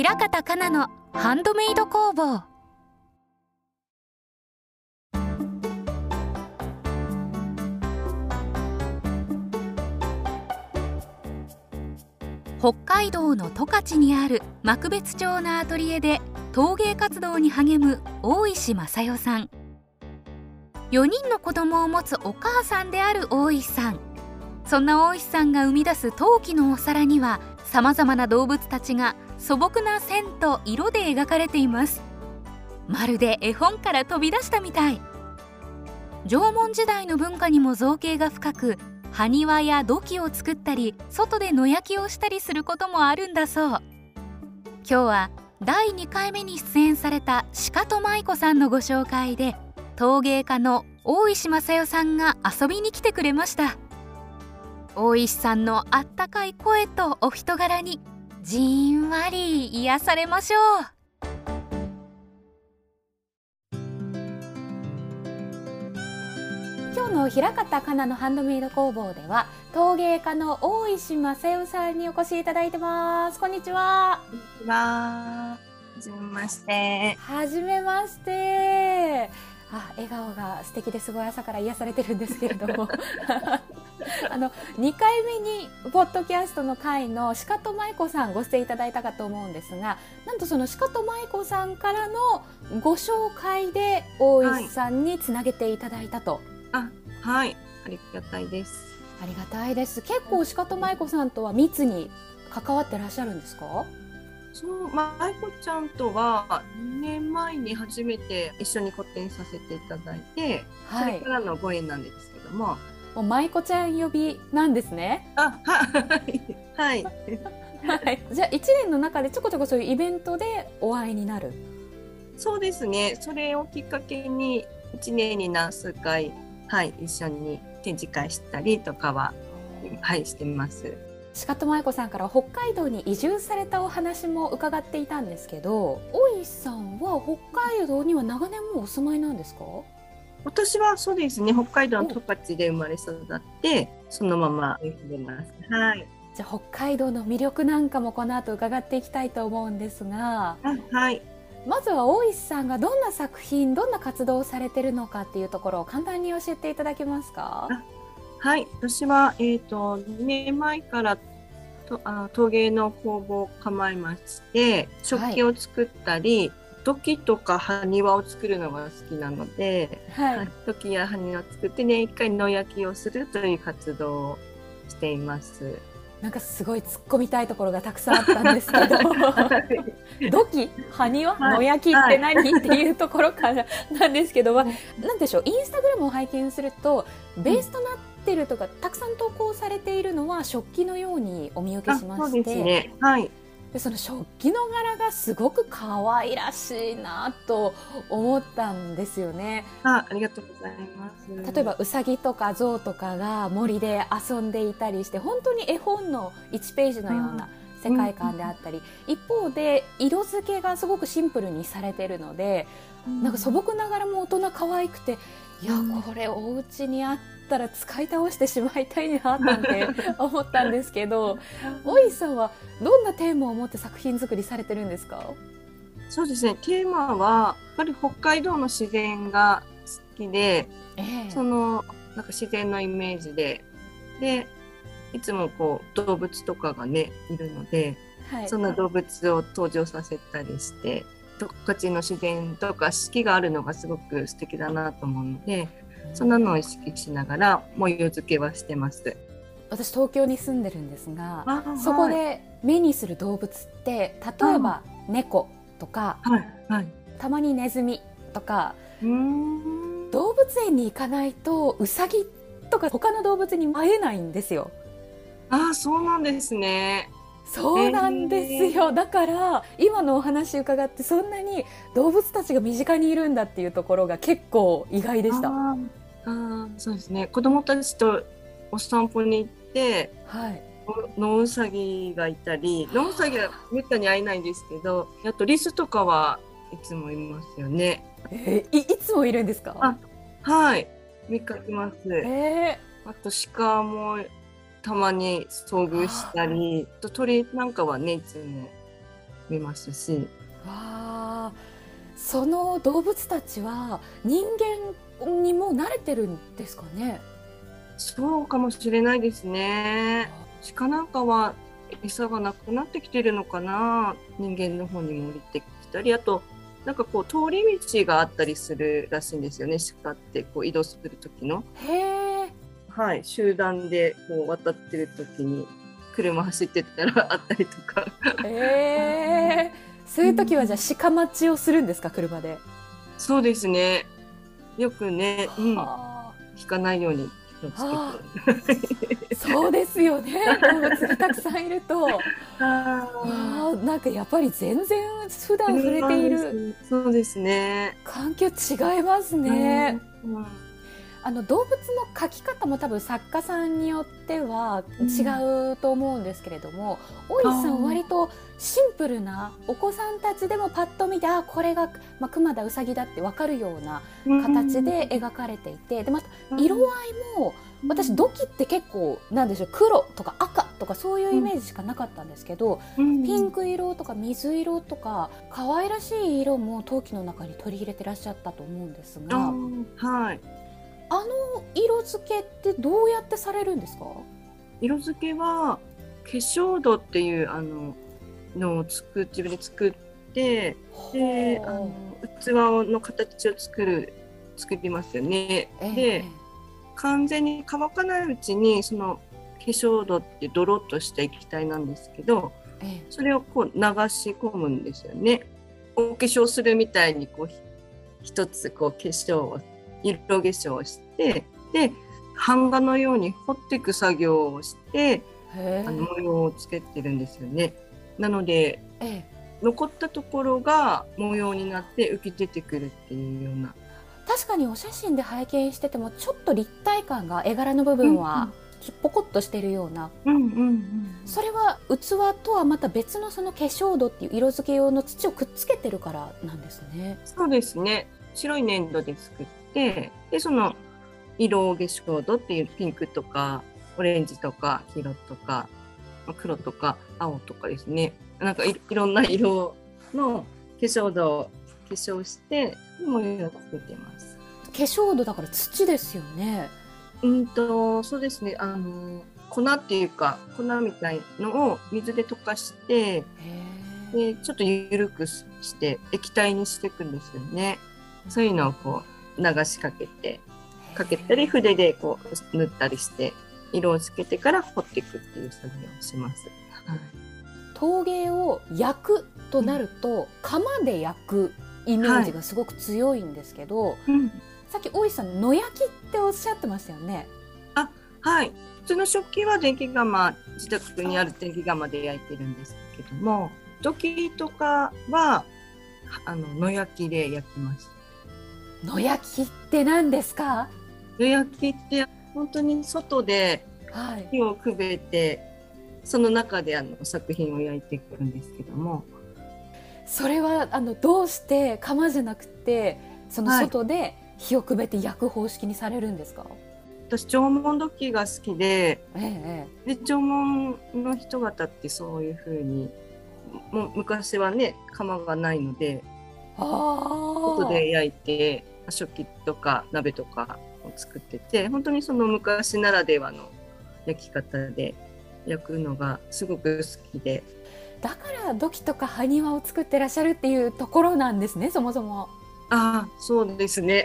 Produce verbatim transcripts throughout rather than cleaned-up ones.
平方かなのハンドメイド工房。北海道の十勝にある幕別町のアトリエで陶芸活動に励む大石正代さん。よにんの子供を持つお母さんである大石さん。そんな大石さんが生み出す陶器のお皿にはさまざまな動物たちが素朴な線と色で描かれています。まるで絵本から飛び出したみたい。縄文時代の文化にも造形が深く、埴輪や土器を作ったり外で野焼きをしたりすることもあるんだそう。今日はだいにかいめに出演された鹿戸舞子さんのご紹介で、陶芸家の大石正代さんが遊びに来てくれました。大石さんのあったかい声とお人柄にじんわり癒されましょう。今日の平方かなのハンドメイド工房では陶芸家の大石正代さんにお越しいただいてます。こんにちは。 こんにちは。はじめまして。 はじめまして。あ、笑顔が素敵ですごい朝から癒されてるんですけれどもあのにかいめにポッドキャストの回の鹿戸舞子さんご出演いただいたかと思うんですが、なんとその鹿戸舞子さんからのご紹介で大石さんにつなげていただいたと。 はい、あ、はい、ありがたいです。 ありがたいです。結構鹿戸舞子さんとは密に関わってらっしゃるんですか？ そう、まあ、舞子ちゃんとはにねんまえに初めて一緒に個展させていただいて、はい、それからのご縁なんですけども、 もう舞子ちゃん呼びなんですね。 あ、はいはい、 はい、じゃあいちねんの中でちょこちょこそういうイベントでお会いになる。 そうですね。それをきっかけにいちねんに何数回、はい、一緒に展示会したりとかは、はい、してます。 鹿戸舞子さんから北海道に移住されたお話も伺っていたんですけど、大石さんは北海道には長年もお住まいなんですか？ 私はそうですね、北海道の十勝で生まれ育ってそのまま生きてます。はい。 じゃあ北海道の魅力なんかもこの後伺っていきたいと思うんですが、 はい、まずは大石さんがどんな作品、どんな活動をされているのかっていうところを簡単に教えていただけますか？ はい、私は、えーと、にねんまえからとあ陶芸の工房を構えまして、食器を作ったり、はい、土器とか埴輪を作るのが好きなので、はい、土器や埴輪を作ってね、一回野焼きをするという活動をしています。 なんかすごい突っ込みたいところがたくさんあったんですけど土器、埴輪、野焼きって何、はい、っていうところからなんですけど、まあ、なんでしょう、インスタグラムを拝見するとベースとなってるとか、うん、たくさん投稿されているのは食器のようにお見受けしまして、 そうですね、はい、 でその食器の柄がすごく可愛らしいなと思ったんですよね。 あ、ありがとうございます。 例えばウサギとかゾウとかが森で遊んでいたりして、本当に絵本のいちページのような世界観であったり、うん、一方で色付けがすごくシンプルにされているので、うん、なんか素朴ながらも大人可愛くて、いや、これお家にあったら使い倒してしまいたいななんて思ったんですけど大石さんはどんなテーマを持って作品作りされてるんですか？ そうですね、テーマはやっぱり北海道の自然が好きで、えー、そのなんか自然のイメージで、でいつもこう動物とかがねいるので、はい、そんな動物を登場させたりして、十勝の自然とか四季があるのがすごく素敵だなと思うので、そんなのを意識しながら模様付けはしてます。 私東京に住んでるんですが、そこで目にする動物って例えば猫とか、はいはい、たまにネズミとか、うーん、動物園に行かないとウサギとか他の動物に会えないんですよ。 ああ、そうなんですね。 そうなんですよ、えー、だから今のお話伺ってそんなに動物たちが身近にいるんだっていうところが結構意外でした。 ああ、そうですね、子供たちとお散歩に行って、はい、ノウサギがいたり、ノウサギはめったに会えないんですけど、あとリスとかはいつもいますよね。 えー、い, いつもいるんですか？ あ、はい、見かけます。えー、あと鹿もたまに遭遇したり、鳥なんかはねいつも見ますし。 わその動物たちは人間にも慣れてるんですかね。 そうかもしれないですね。鹿なんかは餌がなくなってきてるのかな。人間の方にも降りてきたり、あとなんかこう通り道があったりするらしいんですよね。鹿ってこう移動する時の。 へー。 はい、集団でこう渡ってる時に車走ってったらあったりとか。 へー。そういう時はじゃあ鹿待ちをするんですか、車で。 そうですね。よくね、うん、引かないように気をつけて。 そうですよね。動物がたくさんいると、あなんかやっぱり全然普段触れている。 そうですね。 環境違いますね。 うんうんあの動物の描き方も多分作家さんによっては違うと思うんですけれども、うん、大石さんは割とシンプルなお子さんたちでもパッと見てあこれが、まあ、熊だウサギだって分かるような形で描かれていて、でまた色合いも私土器って結構なんでしょう、黒とか赤とかそういうイメージしかなかったんですけど、うん、ピンク色とか水色とか可愛らしい色も陶器の中に取り入れてらっしゃったと思うんですが、 はい、 あの色付けってどうやってされるんですか？ 色付けは化粧土っていうあののを作自分で作って、であの器の形を作る作りますよね。えー、で完全に乾かないうちにその化粧土ってドロッとした液体なんですけど、えー、それをこう流し込むんですよね。お化粧するみたいにこう一つこう化粧を色化粧をしてで版画のように彫っていく作業をしてあの模様をつけてるんですよね。なので、ええ、残ったところが模様になって浮き出てくるっていうような。 確かにお写真で拝見しててもちょっと立体感が絵柄の部分はポコッとしてるような、うんうんうん、それは器とはまた別のその化粧土っていう色付け用の土をくっつけてるからなんですね。 そうですね。白い粘土で作ってでその色化粧土っていうピンクとかオレンジとか黄色とか黒とか青とかですね、なんか い, いろんな色の化粧土を化粧して模様を作っています。 化粧土だから土ですよね。 うんとそうですね、あの粉っていうか粉みたいのを水で溶かしてでちょっと緩くして液体にしていくんですよね。そういうのをこう流しかけてかけたり筆でこう塗ったりして色をつけてから彫っていくっていう作業をします。 陶芸を焼くとなると、うん、窯で焼くイメージがすごく強いんですけど、はいうん、さっき大石さん野焼きっておっしゃってましたよね。 あ、はい。普通の食器は電気窯、自宅にある電気窯で焼いてるんですけども、土器とかはあの野焼きで焼きます。 野焼きって何ですか？ 野焼きって本当に外で火をくべて、はい、その中であの作品を焼いていくんですけども、 それはあのどうして窯じゃなくてその外で火をくべて焼く方式にされるんですか？はい、 私縄文土器が好きで、ええ、で縄文の人方ってそういう風にもう昔はね窯がないので外で焼いて食器とか鍋とかを作ってて、本当にその昔ならではの焼き方で焼くのがすごく好きで、 だから土器とか埴輪を作ってらっしゃるっていうところなんですね、そもそも。 ああ、そうですね。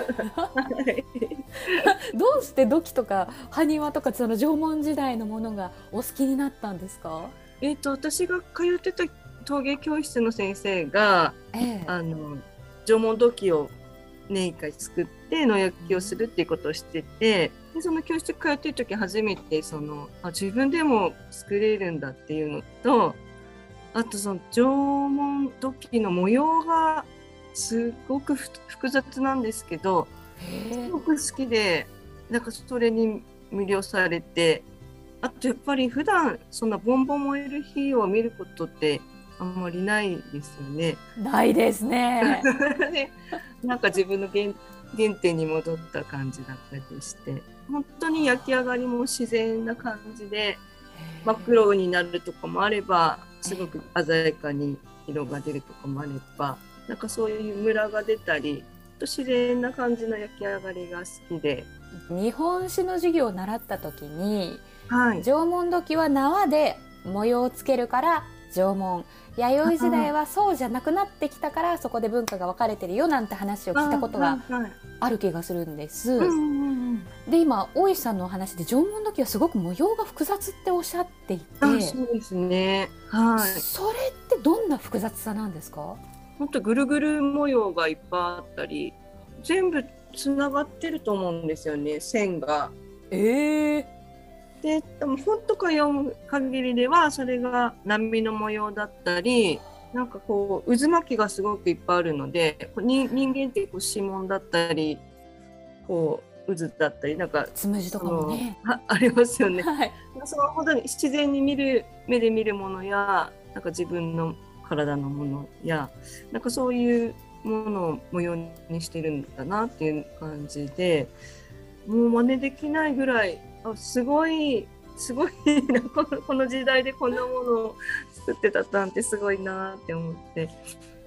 どうして土器とか埴輪とかその縄文時代のものがお好きになったんですか？ えーと、私が通ってた陶芸教室の先生が、ええ、あの縄文土器を年一回作って野焼きをするっていうことをしてて、でその教室通ってる時初めてそのあ自分でも作れるんだっていうのと、あとその縄文土器の模様がすごく複雑なんですけどすごく好きで、なんかそれに魅了されて、あとやっぱり普段そんなボンボン燃える火を見ることってあんまりないですよね。 ないですね。 ね、なんか自分の 原, 原点に戻った感じだったりして、本当に焼き上がりも自然な感じで真っ黒になるとかもあればすごく鮮やかに色が出るとかもあれば、なんかそういうムラが出たり、自然な感じの焼き上がりが好きで。 日本史の授業を習った時に、 はい、 縄文土器は縄で模様をつけるから縄文、弥生時代はそうじゃなくなってきたからそこで文化が分かれてるよなんて話を聞いたことがある気がするんです。で今大石さんのお話で縄文土器はすごく模様が複雑っておっしゃっていて、 あ、そうですね、はい、 それってどんな複雑さなんですか？ 本当ぐるぐる模様がいっぱいあったり、全部つながってると思うんですよね、線が。 えー、 ででも本とか読む限りではそれが波の模様だったり、なんかこう渦巻きがすごくいっぱいあるので、に人間ってこう指紋だったりこう渦だったりなんかつむじとかもねあ, ありますよね、 はい、 そのほどに自然に見る目で見るものや、なんか自分の体のものや、なんかそういうものを模様にしてるんだなっていう感じで、もう真似できないぐらい、あ、すごいすごいな、この、この時代でこんなものを作ってたなんてすごいなって思って、はい、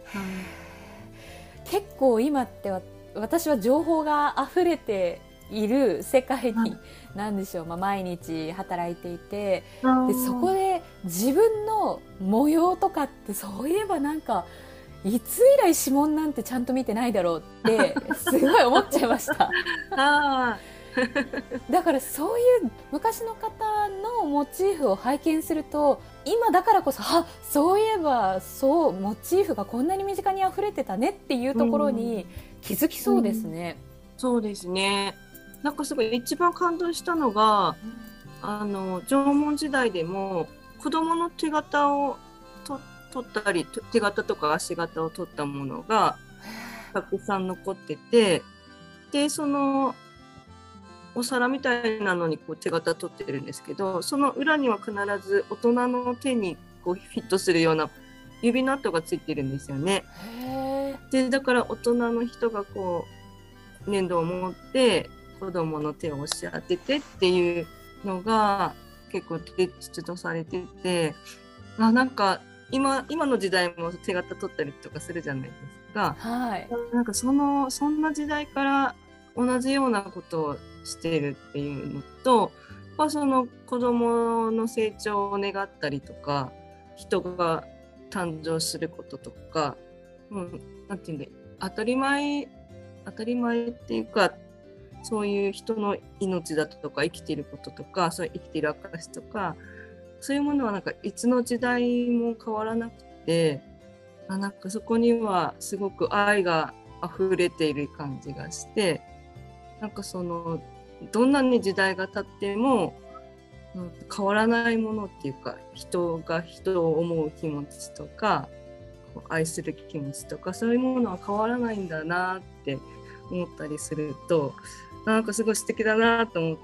結構今っては私は情報が溢れている世界に、なんでしょう、まあ、毎日働いていて、でそこで自分の模様とかってそういえばなんかいつ以来指紋なんてちゃんと見てないだろうってすごい思っちゃいましたあだからそういう昔の方のモチーフを拝見すると、今だからこそ、あ、そういえばそうモチーフがこんなに身近に溢れてたねっていうところに気づきそうですね、 うん、そうですね。なんかすごい一番感動したのが、あの縄文時代でも子供の手形をと取ったり、手形とか足形を取ったものがたくさん残ってて、でそのお皿みたいなのにこう手形取ってるんですけど、その裏には必ず大人の手にこうフィットするような指の跡がついてるんですよね。 へでだから大人の人がこう粘土を持って子供の手を押し当ててっていうのが結構出土されてて、あ、なんか 今, 今の時代も手形取ったりとかするじゃないですか、 はい、 なんかそのそんな時代から同じようなことをしてるっていうのと、まあ、その子供の成長を願ったりとか、人が誕生することとか、うん、なんていうんだ、当たり前当たり前っていうか、そういう人の命だとか生きていることとか、そういう生きている証とか、そういうものはなんかいつの時代も変わらなくて、あ、なんかそこにはすごく愛が溢れている感じがして、なんかそのどんなに時代が経っても、うん、変わらないものっていうか、人が人を思う気持ちとか愛する気持ちとか、そういうものは変わらないんだなって思ったりすると、なんかすごい素敵だなと思って、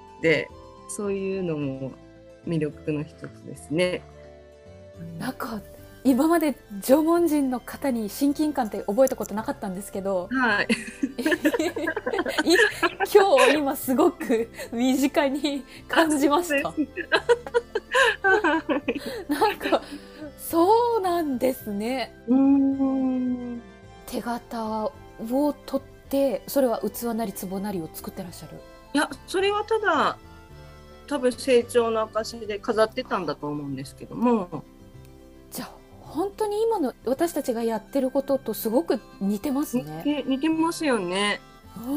そういうのも魅力の一つですね。 なんか今まで縄文人の方に親近感って覚えたことなかったんですけど、 はい、 今日今すごく身近に感じました。なんかそうなんですね。 うーん、 手形を取ってそれは器なり壺なりを作ってらっしゃる？ いや、それはただ多分成長の証で飾ってたんだと思うんですけども。 じゃあ本当に今の私たちがやってることとすごく似てますね。 似て、似てますよね。うん、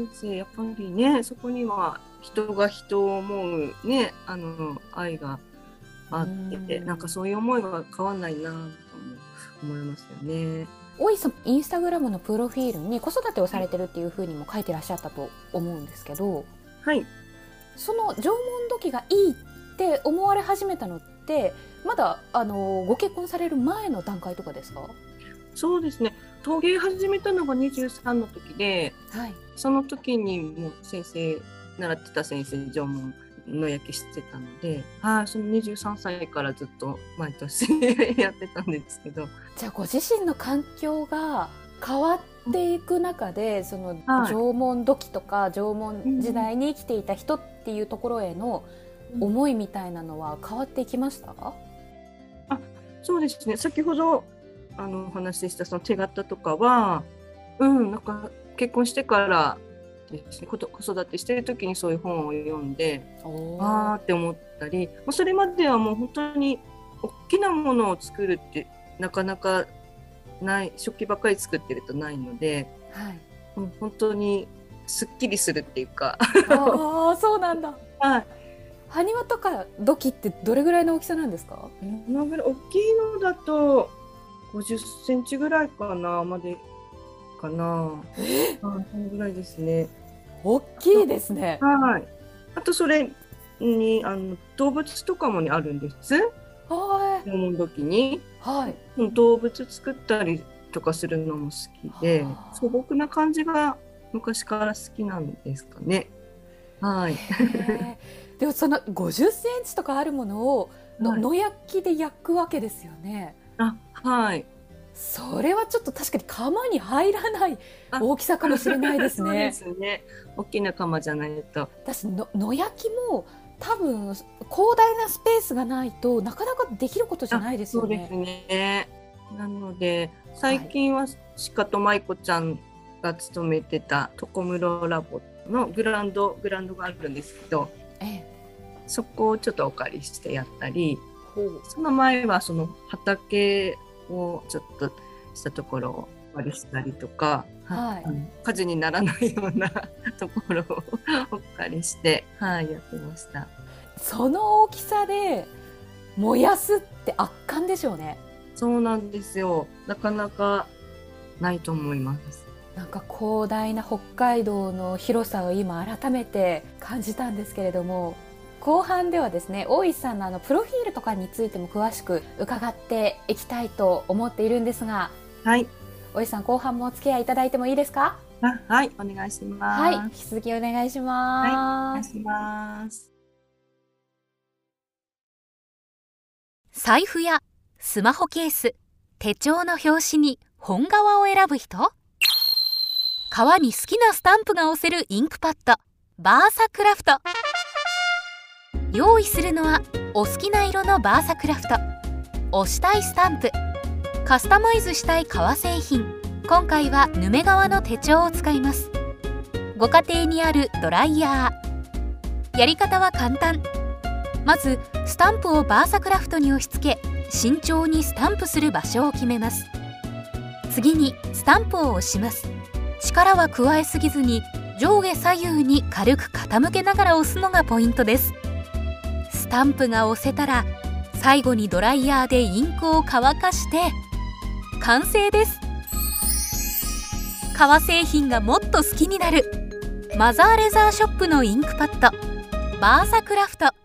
やっぱりね、そこには人が人を思うね、あの愛があってて、なんかそういう思いは変わんないなと思いますよね。 大井さん、インスタグラムのプロフィールに子育てをされてるっていうふうにも書いてらっしゃったと思うんですけど、 はい、 その縄文土器がいいって思われ始めたのってまだあのご結婚される前の段階とかですか？ そうですね、陶芸始めたのがにじゅうさんの時で、はい、その時にもう先生習ってた先生縄文の焼きしてたので、はい、そのにじゅうさんさいからずっと毎年やってたんですけど。 じゃあご自身の環境が変わっていく中で、その縄文土器とか縄文時代に生きていた人っていうところへの思いみたいなのは変わっていきました？ あ、 そうですね。先ほどあのお話ししたその手形とかは、うんなんか結婚してからですね、子育てしてる時にそういう本を読んで、あーって思ったり、それまではもう本当に大きなものを作るってなかなかない、食器ばっかり作ってるとないので、はい、もう本当にすっきりするっていうか。 ああ、そうなんだ。 はい。 埴輪とか土器ってどれぐらいの大きさなんですか？ このぐらい大きいのだとごじゅっセンチぐらいかなまでかな。えー、あ、そのぐらいですね。 大きいですね。 はい。あとそれにあの動物とかも、ね、あるんです。はい。思う時に、はい。動物作ったりとかするのも好きで、素朴な感じが昔から好きなんですかね。はい。 でもそのごじゅっセンチとかあるものをの、はい、野焼きで焼くわけですよね。 あ、はい。 それはちょっと確かに窯に入らない大きさかもしれないですね。 そうですね。大きな窯じゃないと。 私の野焼きも多分広大なスペースがないとなかなかできることじゃないですよね。 そうですね。なので最近は鹿と舞子ちゃんが勤めてたとこむろラボのグラウンドグラウンドがあるんですけど、ええ、そこをちょっとお借りしてやったり、その前はその畑をちょっとしたところをお借りしたりとか、はい、あの火事にならないようなところをお借りして、はい、やってました。 その大きさで燃やすって圧巻でしょうね。 そうなんですよ。なかなかないと思います。 なんか広大な北海道の広さを今改めて感じたんですけれども、後半ではですね、大石さんのあのプロフィールとかについても詳しく伺っていきたいと思っているんですが、はい、大石さん後半もお付き合いいただいてもいいですか？ あ、はい、お願いします。 はい、引き続きお願いします。はい、お願いします。 財布やスマホケース、手帳の表紙に本革を選ぶ人？革に好きなスタンプが押せるインクパッド、バーサクラフト。用意するのはお好きな色のバーサクラフト、押したいスタンプ、カスタマイズしたい革製品。今回はヌメ革の手帳を使います。ご家庭にあるドライヤー。やり方は簡単。まずスタンプをバーサクラフトに押し付け、慎重にスタンプする場所を決めます。次にスタンプを押します。力は加えすぎずに上下左右に軽く傾けながら押すのがポイントです。スタンプが押せたら最後にドライヤーでインクを乾かして完成です。革製品がもっと好きになるマザーレザーショップのインクパッド、バーサクラフト。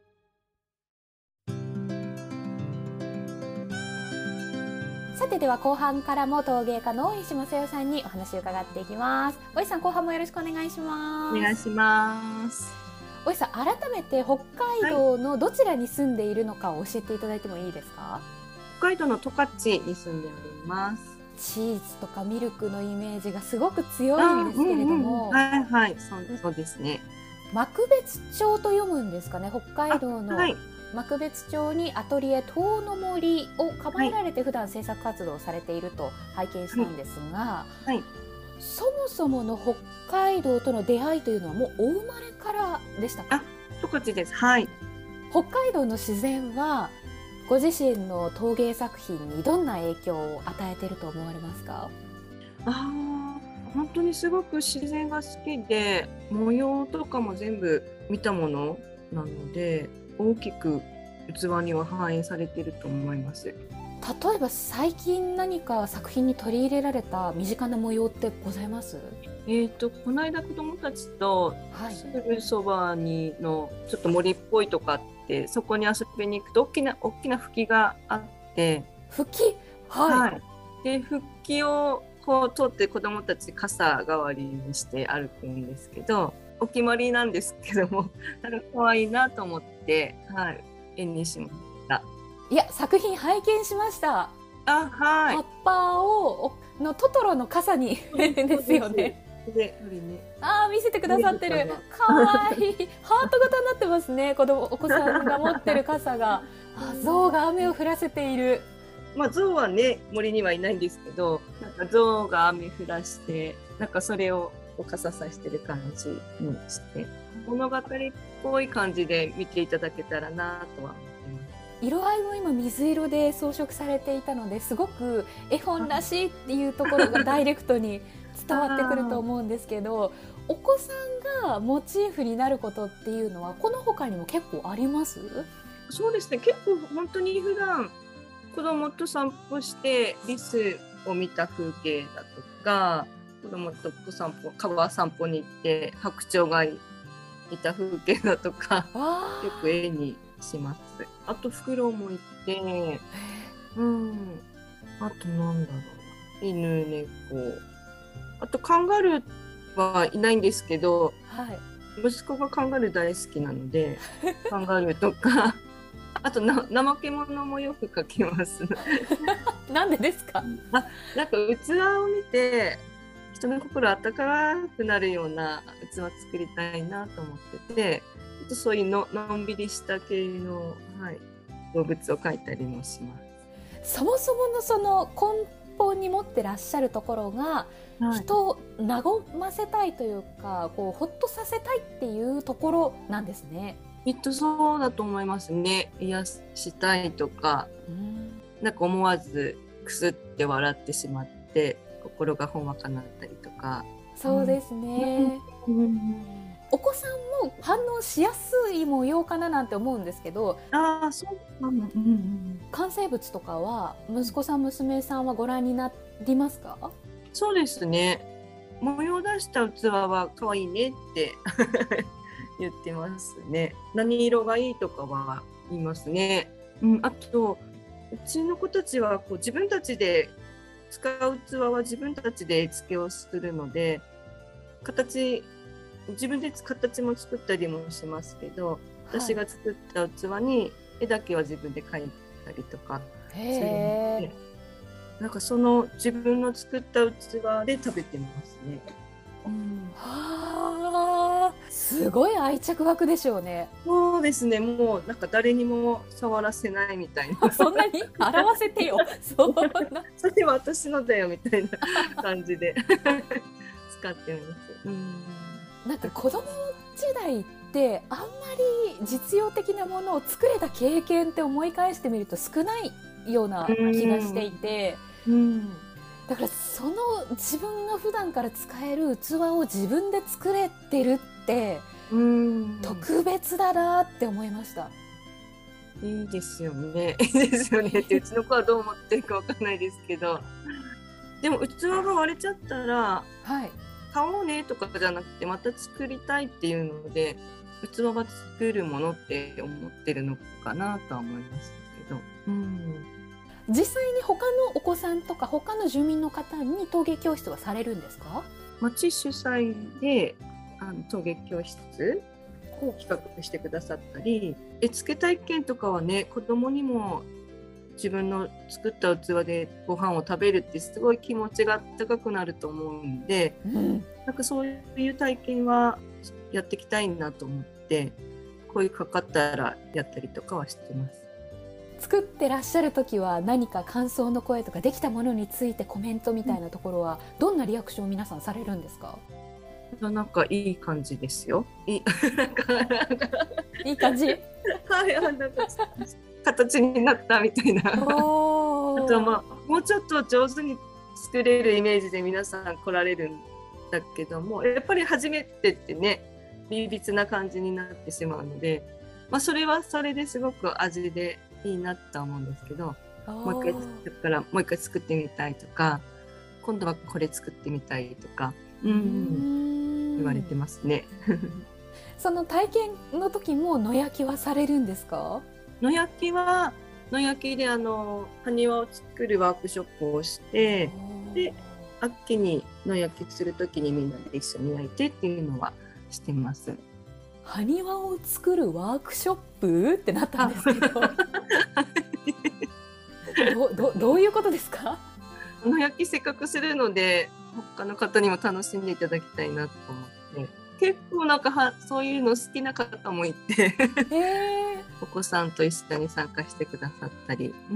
さてでは後半からも陶芸家の大石正代さんにお話を伺っていきます。大石さん後半もよろしくお願いします。 お願いします。 大石さん改めて北海道のどちらに住んでいるのかを教えていただいてもいいですか？ 北海道の十勝に住んでおります。 チーズとかミルクのイメージがすごく強いんですけれども、 うんうん、はいはいそう、そうですね。 幕別町と読むんですかね。北海道の幕別町にアトリエ遠の森を構えられて普段制作活動をされていると拝見したんですが、はいはい、そもそもの北海道との出会いというのはもうお生まれからでしたか？ あ、十勝です。はい。 北海道の自然はご自身の陶芸作品にどんな影響を与えていると思われますか？ あ、本当にすごく自然が好きで、模様とかも全部見たものなので大きく器には反映されていると思います。 例えば最近何か作品に取り入れられた身近な模様ってございます？ えーと、この間子どもたちとすぐそばにのちょっと森っぽいとかあって、そこに遊びに行くと大きな大きな吹きがあって、 吹き、はい、はい、 で吹きをこう通って子どもたち傘代わりにして歩くんですけど、お決まりなんですけども可愛いなと思って、はい、絵にしました。 いや作品拝見しました。 あ、はい、 葉っぱをのトトロの傘にですよね。 でね、 あー見せてくださってる、かわいいハート型になってますね。子供お子さんが持ってる傘があ、象が雨を降らせている。 まあ象はね森にはいないんですけど、なんか象が雨降らしてなんかそれを傘さしてる感じにして物語っぽい感じで見ていただけたらなとは思ってます。 色合いも今水色で装飾されていたのですごく絵本らしいっていうところがダイレクトに伝わってくると思うんですけど、お子さんがモチーフになることっていうのはこの他にも結構あります？ そうですね、結構本当に普段子供と散歩してリスを見た風景だとか、子供とお散歩川散歩に行って白鳥がいた風景だとかよく絵にします。あとフクロウもいて、うん、あとなんだろう、犬猫、あとカンガルーはいないんですけど、 はい、 息子がカンガルー大好きなのでカンガルーとかあとな怠け者もよく描きますなんでですか？ あ、なんか器を見て人の心温かくなるような器作りたいなと思ってて、ちょっとそういう の, のんびりした系の、はい、動物を描いたりもします。 そもそものその根本に持ってらっしゃるところが、はい、人を和ませたいというかこうほっとさせたいっていうところなんですね。 きっとそうだと思いますね。癒したいとか、うん、なんか思わずくすって笑ってしまって心がほんわかなったりとか。 そうですね、うんうん、お子さんも反応しやすい模様かななんて思うんですけど、 ああ、そう、うんうん、 完成物とかは息子さん娘さんはご覧になりますか？ そうですね、模様出した器は可愛いねって言ってますね。何色がいいとかは言いますね、うん、あとうちの子たちはこう自分たちで使う器は自分たちで絵付けをするので、形自分で形も作ったりもしますけど、はい、私が作った器に絵だけは自分で描いたりとかするので、なんかその自分の作った器で食べてますね。 うん、はあ、すごい愛着湧くでしょうね。 そうですね、もうなんか誰にも触らせないみたいな。 そんなに洗わせてよ。そんなそれは私のだよみたいな感じで使ってます。うん、 なんか子供時代ってあんまり実用的なものを作れた経験って思い返してみると少ないような気がしていて、うんうん、だからその自分が普段から使える器を自分で作れてるって特別だなって思いました。 いいですよね、いいですよねってうちの子はどう思ってるかわかんないですけど、でも器が割れちゃったら、はい、買おうねとかじゃなくてまた作りたいっていうので器は作るものって思ってるのかなとは思いますけど、うん、 実際に他のお子さんとか他の住民の方に陶芸教室はされるんですか？ 町主催であの陶芸教室を企画してくださったり、絵付け体験とかはね、子供にも自分の作った器でご飯を食べるってすごい気持ちが高くなると思うんで、うん、なんかそういう体験はやっていきたいなと思って声かかったらやったりとかはしてます。 作ってらっしゃる時は何か感想の声とかできたものについてコメントみたいなところはどんなリアクションを皆さんされるんですか？ なんかいい感じですよ。いいいい感じ。 はい、なんか形になったみたいな。あとはまあもうちょっと上手に作れるイメージで皆さん来られるんだけども、やっぱり初めてってね、微々な感じになってしまうので、まあそれはそれですごく味でいいなと思うんですけど、もう一回作ったらもう一回作ってみたいとか、今度はこれ作ってみたいとか、うん、うん、言われてますね。 その体験の時も野焼きはされるんですか？ 野焼きは野焼きであの埴輪を作るワークショップをして、で秋に野焼きする時にみんなで一緒に焼いてっていうのはしてます。 埴輪を作るワークショップってなったんですけどど, ど, どういうことですか？ 野焼きせっかくするので他の方にも楽しんでいただきたいなと思って、結構なんかはそういうの好きな方もいて、 えーお子さんと一緒に参加してくださったり、うん、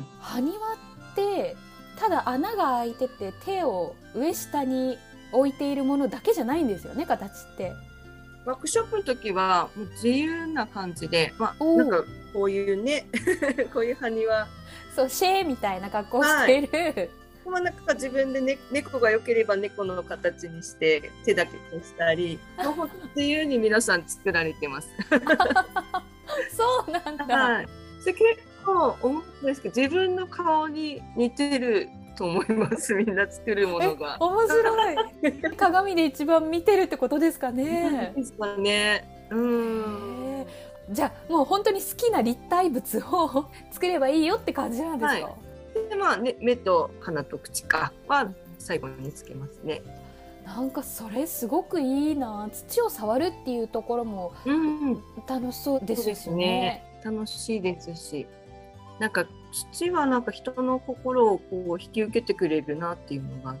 埴輪ってただ穴が開いてて手を上下に置いているものだけじゃないんですよね、形って。 ワークショップの時はもう自由な感じで、まあ、なんかこういうねこういう埴輪、 そうシェーみたいな格好してる、はいまあ、なんか自分で、ね、猫が良ければ猫の形にして手だけこうしたりもう本当自由に皆さん作られてますそうなんだ、 はい、それ結構思うんですけど自分の顔に似てると思いますみんな作るものが。 面白い鏡で一番見てるってことですかね。 ですかね。うんじゃあもう本当に好きな立体物を作ればいいよって感じなんですか。はいでまあね、目と鼻と口かは最後につけますね。 なんかそれすごくいいな。土を触るっていうところも楽しそうですよね。うん、ね楽しいですし、なんか土はなんか人の心をこう引き受けてくれるなっていうのがあって、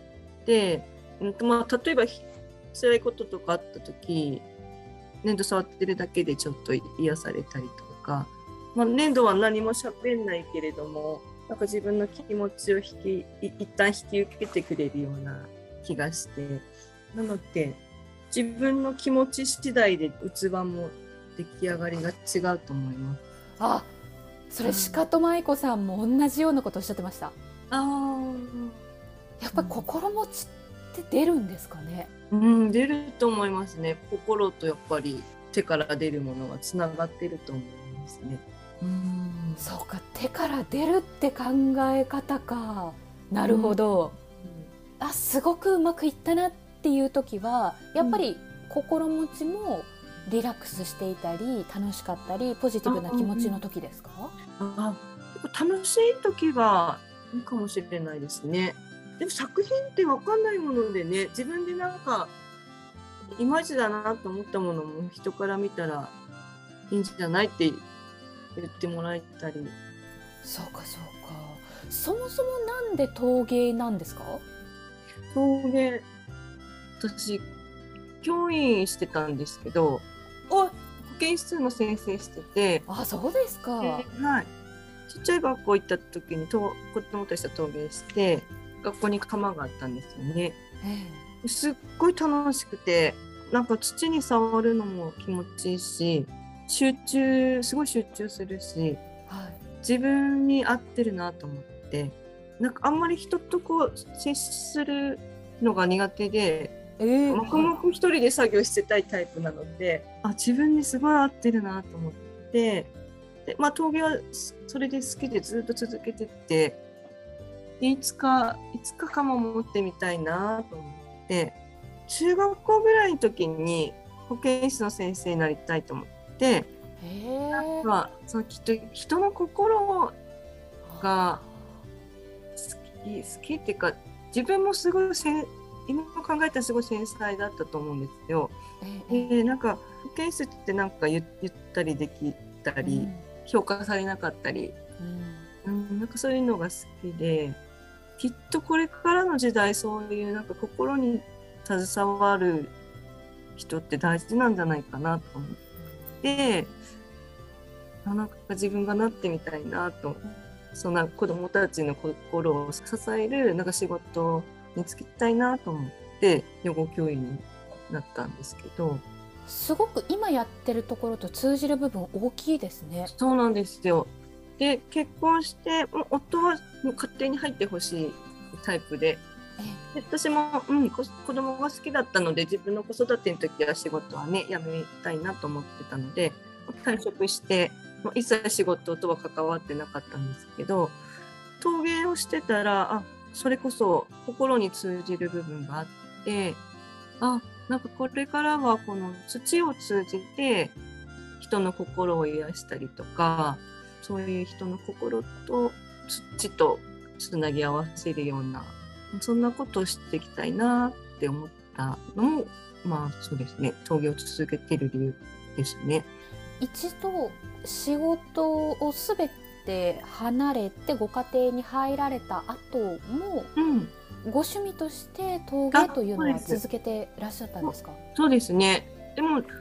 うんとまあ、例えば辛いこととかあった時粘土触ってるだけでちょっと癒されたりとか、まあ、粘土は何も喋んないけれどもなんか自分の気持ちを引き一旦引き受けてくれるような気がして、なので自分の気持ち次第で器も出来上がりが違うと思います。 あ、それ鹿戸舞子さんも同じようなことをおっしゃってました。 あやっぱり心持ちって出るんですかね。 うん、出ると思いますね。心とやっぱり手から出るものがつながってると思いますね。 うん、そうか、手から出るって考え方か。なるほど、うん、あ、すごくうまくいったなっていう時はやっぱり心持ちもリラックスしていたり楽しかったりポジティブな気持ちの時ですか？ あ、楽しい時はいいかもしれないですね。でも作品って分かんないものでね、自分でなんかいまいちだなと思ったものも人から見たらいいんじゃないって言ってもらえたり。 そうかそうか。そもそもなんで陶芸なんですか？ 陶芸、私教員してたんですけど、 お、 保健室の先生してて。 あ、そうですか。 はい。ちっちゃい学校行った時にと子供たちと陶芸して学校に窯があったんですよね。ええ、すっごい楽しくて、なんか土に触るのも気持ちいいし、集中すごい集中するし、はい、自分に合ってるなと思って、なんかあんまり人とこう接するのが苦手で。えー、黙々一人で作業してたいタイプなので、あ、自分にすごい合ってるなと思って、で、まあ、陶芸はそれで好きでずっと続けてて、でいつかいつかかも持ってみたいなと思って、中学校ぐらいの時に保健室の先生になりたいと思って、なんかそのきっと人の心が好き好きっていうか、自分もすごいせ今考えたらすごい繊細だったと思うんですよ。えー、でなんか保健室ってなんかゆったりできたり、うん、評価されなかったり、うんうん、なんかそういうのが好きで、きっとこれからの時代そういうなんか心に携わる人って大事なんじゃないかなと思って、なんか自分がなってみたいなと、そんな子どもたちの心を支えるなんか仕事に就きたいなと思って養護教員になったんですけど、 すごく今やってるところと通じる部分大きいですね。 そうなんですよ。で結婚して夫はもう勝手に入ってほしいタイプで、で私も、うん、子供が好きだったので自分の子育ての時は仕事はね辞めたいなと思ってたので退職して一切仕事とは関わってなかったんですけど、陶芸をしてたらあそれこそ心に通じる部分があって、あ、なんかこれからはこの土を通じて人の心を癒したりとか、そういう人の心と土とつなぎ合わせるような、そんなことをしていきたいなって思ったのも、まあそうですね、陶芸を続けている理由ですね。 一度仕事をすべてで離れてご家庭に入られた後も、うん、ご趣味として陶芸というのは続けていらっしゃったんですか？ そうですね。でも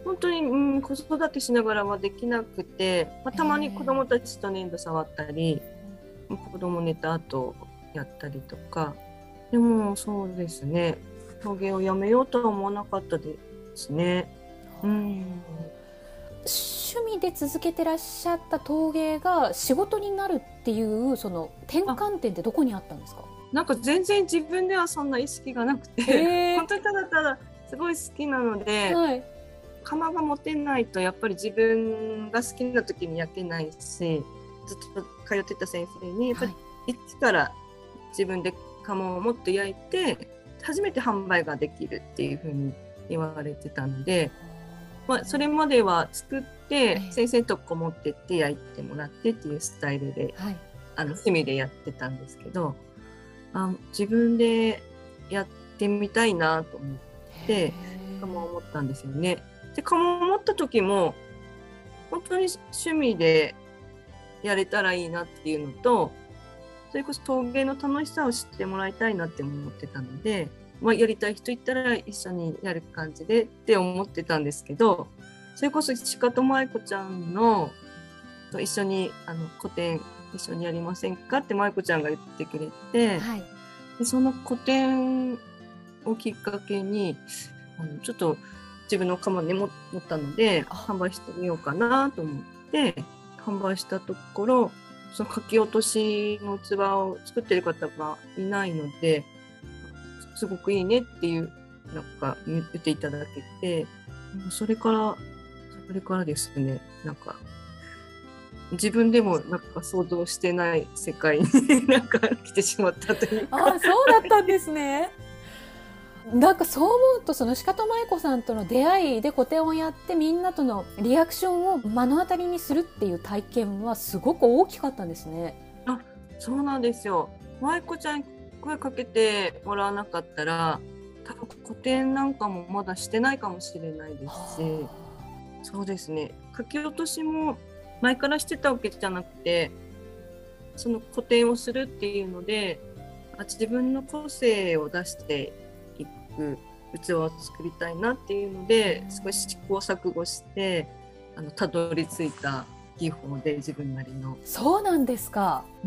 本当に、うん、子育てしながらはできなくて、まあ、たまに子どもたちと粘土触ったり、えー、子ども寝た後やったりとか。でもそうですね、陶芸をやめようとは思わなかったですね。うん、 趣味で続けてらっしゃった陶芸が仕事になるっていうその転換点ってどこにあったんですか？ なんか全然自分ではそんな意識がなくて、えー、本当にただただすごい好きなので、はい、窯が持てないとやっぱり自分が好きな時に焼けないし、ずっと通ってた先生にやっぱり一から自分で窯を持って焼いて初めて販売ができるっていう風に言われてたので、まあ、それまでは作って先生とこ持ってって焼いてもらってっていうスタイルで、はい、あの趣味でやってたんですけど、あ、自分でやってみたいなと思って窯を持ったんですよね。で、窯を持った時も本当に趣味でやれたらいいなっていうのと、それこそ陶芸の楽しさを知ってもらいたいなって思ってたので、まあ、やりたい人いたら一緒にやる感じでって思ってたんですけど、それこそ鹿戸舞子ちゃんのと一緒にあの個展一緒にやりませんかって舞子ちゃんが言ってくれて、はい、でその個展をきっかけにあのちょっと自分の窯に持ったので販売してみようかなと思って販売したところ、その書き落としの器を作ってる方がいないので、すごくいいねっていうなんか言っていただけて、それからそれからですね、なんか自分でもなんか想像してない世界になんか来てしまったというか。 ああ、そうだったんですね。なんかそう思うと、その鹿戸舞子さんとの出会いで個展をやってみんなとのリアクションを目の当たりにするっていう体験はすごく大きかったんですね。 あ、そうなんですよ。舞子ちゃんに声かけてもらわなかったら多分個展なんかもまだしてないかもしれないですし、そうですね、書き落としも前からしてたわけじゃなくて、その個展をするっていうので、あ、自分の個性を出していく器を作りたいなっていうので、少し試行錯誤してあのたどり着いた技法で、自分なりの。 そうなんですか。 うん、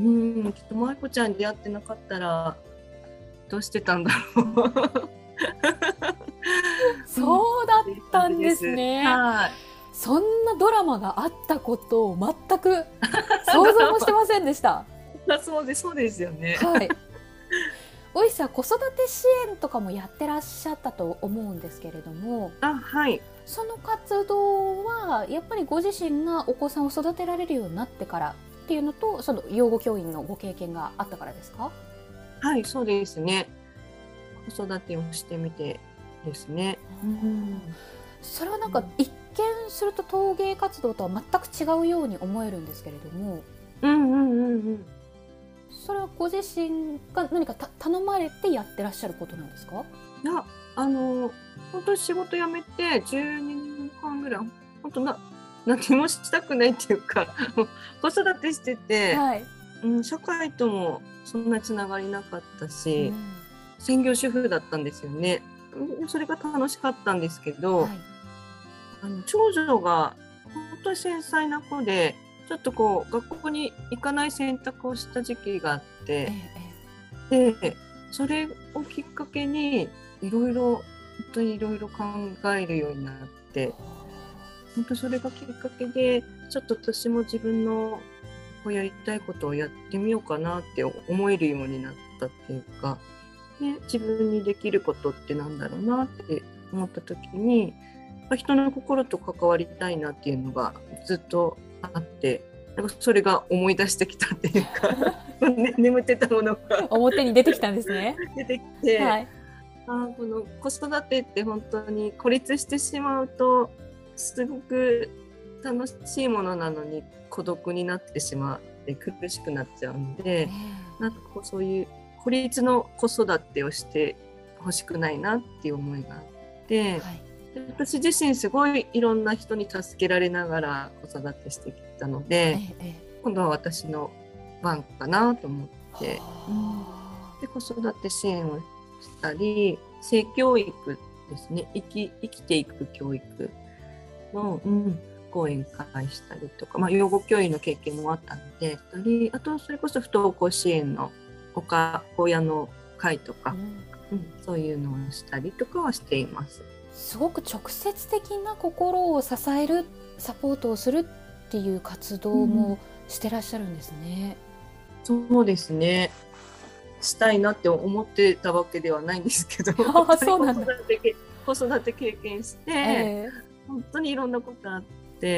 きっと舞子ちゃんに出会ってなかったらどうしてたんだろう。 そうだったんですね。 はい、 そんなドラマがあったことを全く想像もしてませんでした。 そうです、そうですよね。 はい。おいさん、子育て支援とかもやってらっしゃったと思うんですけれども、 あ、はい、 その活動はやっぱりご自身がお子さんを育てられるようになってからっていうのと、その養護教員のご経験があったからですか？ はい、そうですね。子育てをしてみてですね。うん、 それはなんか一見すると陶芸活動とは全く違うように思えるんですけれども、 うんうんうんうん、 それはご自身が何かた頼まれてやってらっしゃることなんですか？ いや、あの本当に仕事辞めてじゅうにねんかんぐらい本当な何もしたくないっていうか子育てしてて、はい、うん、社会ともそんなつながりなかったし、うん、専業主婦だったんですよね。それが楽しかったんですけど、はい、あの長女が本当に繊細な子で、ちょっとこう学校に行かない選択をした時期があって、ええ、でそれをきっかけにいろいろ本当にいろいろ考えるようになって、本当それがきっかけでちょっと私も自分のこうやりたいことをやってみようかなって思えるようになったっていうか、ね、自分にできることってなんだろうなって思った時に、人の心と関わりたいなっていうのがずっとあって、なんかそれが思い出してきたっていうかね、眠ってたものが表に出てきたんですね。 出てきて、はい、あ、この子育てって本当に孤立してしまうとすごく楽しいものなのに孤独になってしまって苦しくなっちゃうので、なんかこうそういう孤立の子育てをしてほしくないなっていう思いがあって、はい、で私自身すごいいろんな人に助けられながら子育てしてきたので、ええ、今度は私の番かなと思って、で子育て支援をしたり、性教育ですね、生き、生きていく教育の、うん、講演会したりとか、まあ、養護教員の経験もあったので、あとそれこそ不登校支援のおか親の会とか、うんうん、そういうのをしたりとかはしています。 すごく直接的な心を支えるサポートをするっていう活動もしてらっしゃるんですね。 うん、そうですね。したいなって思ってたわけではないんですけど、 あ、そうなんだ。 子育て経験して、えー、本当にいろんなことあって、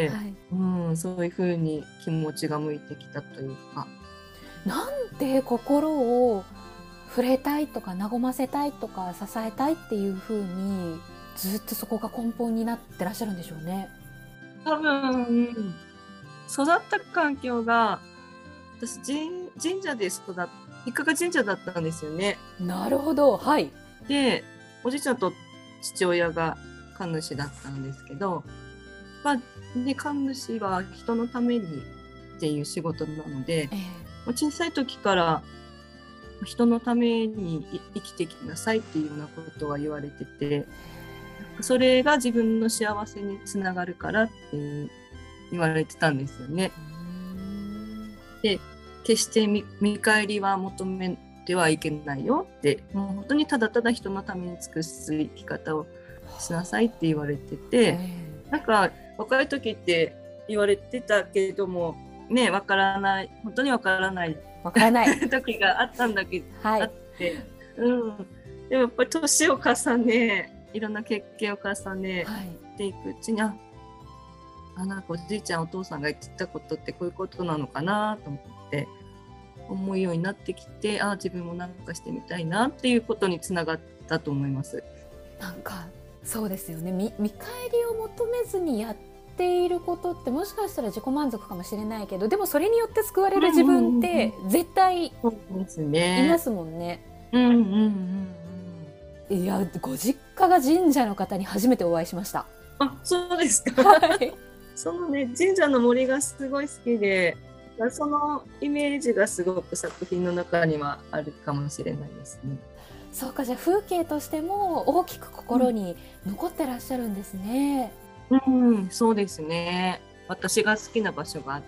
はい、うん、そういうふうに気持ちが向いてきたというか。 なんで心を触れたいとか和ませたいとか支えたいっていうふうにずっとそこが根本になってらっしゃるんでしょうね。 多分育った環境が私神社で育った実家が神社だったんですよね。 なるほど、はい。 でおじいちゃんと父親が神主だったんですけど、まあね、神主は人のためにっていう仕事なので、えー、小さい時から人のために生きてきなさいっていうようなことは言われてて、それが自分の幸せにつながるからって言われてたんですよね。で決して見、見返りは求めてはいけないよって、もう本当にただただ人のために尽くす生き方をしなさいって言われてて、なんか若い時って言われてたけどもね、わからない、本当にわからないわからない時があったんだけど、 はい、 あって、うん、でもやっぱり年を重ね、いろんな経験を重ねていくうちに、はい、あ、なんかおじいちゃんお父さんが言ってたことってこういうことなのかなと思って思うようになってきて、あ、自分もなんかしてみたいなっていうことにつながったと思います。 なんかそうですよね。 見, 見返りを求めずにやっていることってもしかしたら自己満足かもしれないけど、でもそれによって救われる自分って絶対いますもんね。 うんうんうんうん、いや、ご実家が神社の方に初めてお会いしました。 あ、そうですか。はい、そのね、神社の森がすごい好きで、そのイメージがすごく作品の中にはあるかもしれないですね。 そうか、じゃあ風景としても大きく心に残ってらっしゃるんですね。 うん、うん、そうですね。私が好きな場所があって、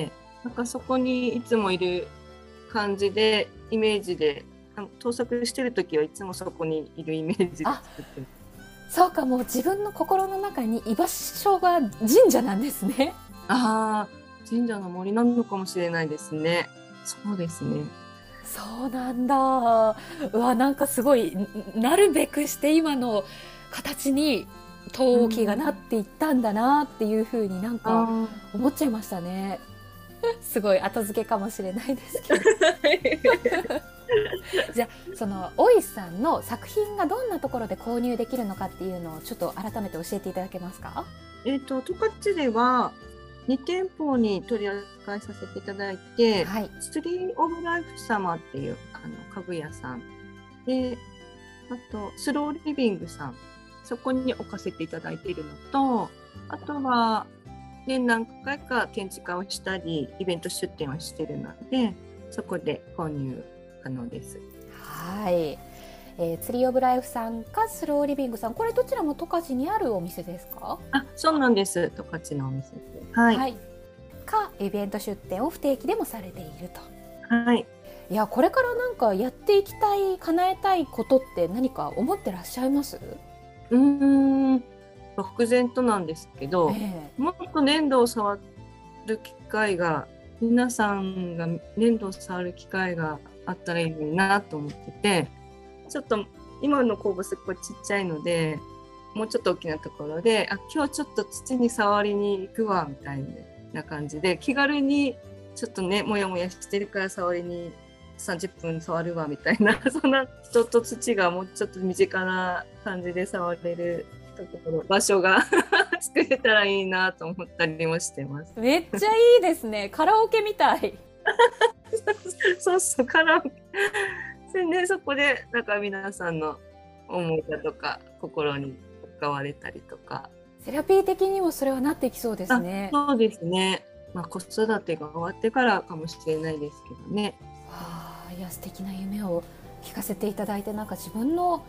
なんかそこにいつもいる感じで、イメージで盗作してる時はいつもそこにいるイメージで作ってる。 そうか、もう自分の心の中に居場所が神社なんですね。 ああ、神社の森なのかもしれないですね。そうですね。 そうなんだ。うわ、なんかすごい、なるべくして今の形に陶器がなっていったんだなっていうふうになんか思っちゃいましたね。すごい後付けかもしれないですけど。じゃあその大石さんの作品がどんなところで購入できるのかっていうのをちょっと改めて教えていただけますか？ えっと十勝ではに店舗に取り扱いさせていただいて、はい、ツリーオブライフ様っていうあの家具屋さんで、あとスローリビングさん、そこに置かせていただいているのと、あとは年何回か展示会をしたりイベント出店をしているので、そこで購入可能です。 はい、えー、ツリーオブライフさんかスローリビングさん、これどちらも十勝にあるお店ですか？ あ、そうなんです。十勝のお店で、はい、はい、 かイベント出店を不定期でもされていると。 はい。 いや、これからなんかやっていきたい、叶えたいことって何か思ってらっしゃいます？ うーん、漠然となんですけど、えー、もっと粘土を触る機会が、皆さんが粘土を触る機会があったらいいのになと思ってて、ちょっと今の工房すっごいちっちゃいので、もうちょっと大きなところで、あ、今日ちょっと土に触りに行くわみたいな感じで、気軽にちょっとね、もやもやしてるから触りにさんじゅっぷん触るわみたいな、そんな人と土がもうちょっと身近な感じで触れるところ、場所が作れたらいいなと思ったりもしてます。 めっちゃいいですね。カラオケみたい。 そうそう、カラオケで、ね、そこでなんか皆さんの思いだとか心に関われたりとか、 セラピー的にもそれはなってきそうですね。 そうですね、まあ、子育てが終わってからかもしれないですけどね。 はあ、いや素敵な夢を聞かせていただいて、なんか自分の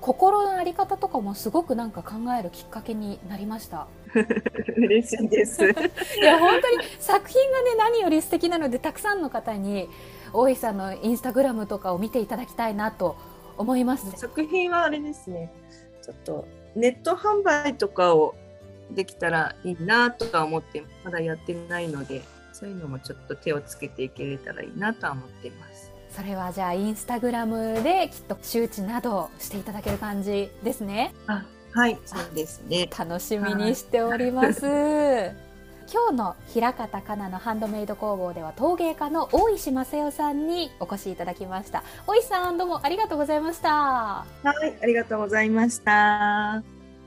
心の在り方とかもすごくなんか考えるきっかけになりました。 嬉しいです。 いや本当に作品がね何より素敵なので、たくさんの方に大石さんのインスタグラムとかを見ていただきたいなと思います。 作品はあれですね、ちょっとネット販売とかをできたらいいなとは思って、まだやってないので、そういうのもちょっと手をつけていけれたらいいなとは思っています。 それはじゃあインスタグラムできっと周知などしていただける感じですね。 あ、はい、そうですね。 楽しみにしております。はい、今日の平方かなのハンドメイド工房では陶芸家の大石正代さんにお越しいただきました。大石さん、どうもありがとうございました。 はい、ありがとうございました。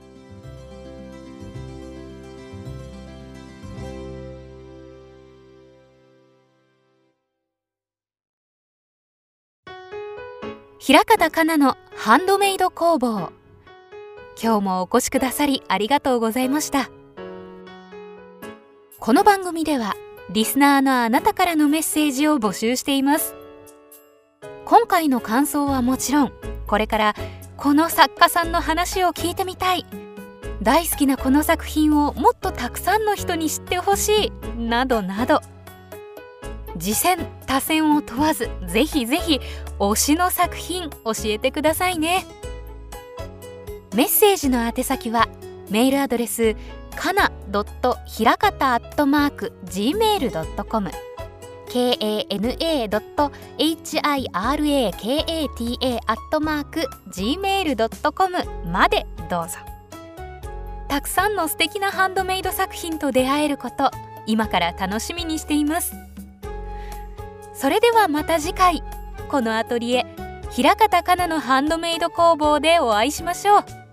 平方かなのハンドメイド工房、今日もお越しくださりありがとうございました。この番組ではリスナーのあなたからのメッセージを募集しています。今回の感想はもちろん、これからこの作家さんの話を聞いてみたい、大好きなこの作品をもっとたくさんの人に知ってほしいなどなど、次戦他戦を問わず、ぜひぜひ推しの作品教えてくださいね。メッセージの宛先はメールアドレスかなひらかたアットマークジーメールドットコム ケーエーエヌエードットエイチアイアールエーケーエーティーエー アットマークジーメールドットコム までどうぞ。たくさんの素敵なハンドメイド作品と出会えること、今から楽しみにしています。それではまた次回、このアトリエ平方かなのハンドメイド工房でお会いしましょう。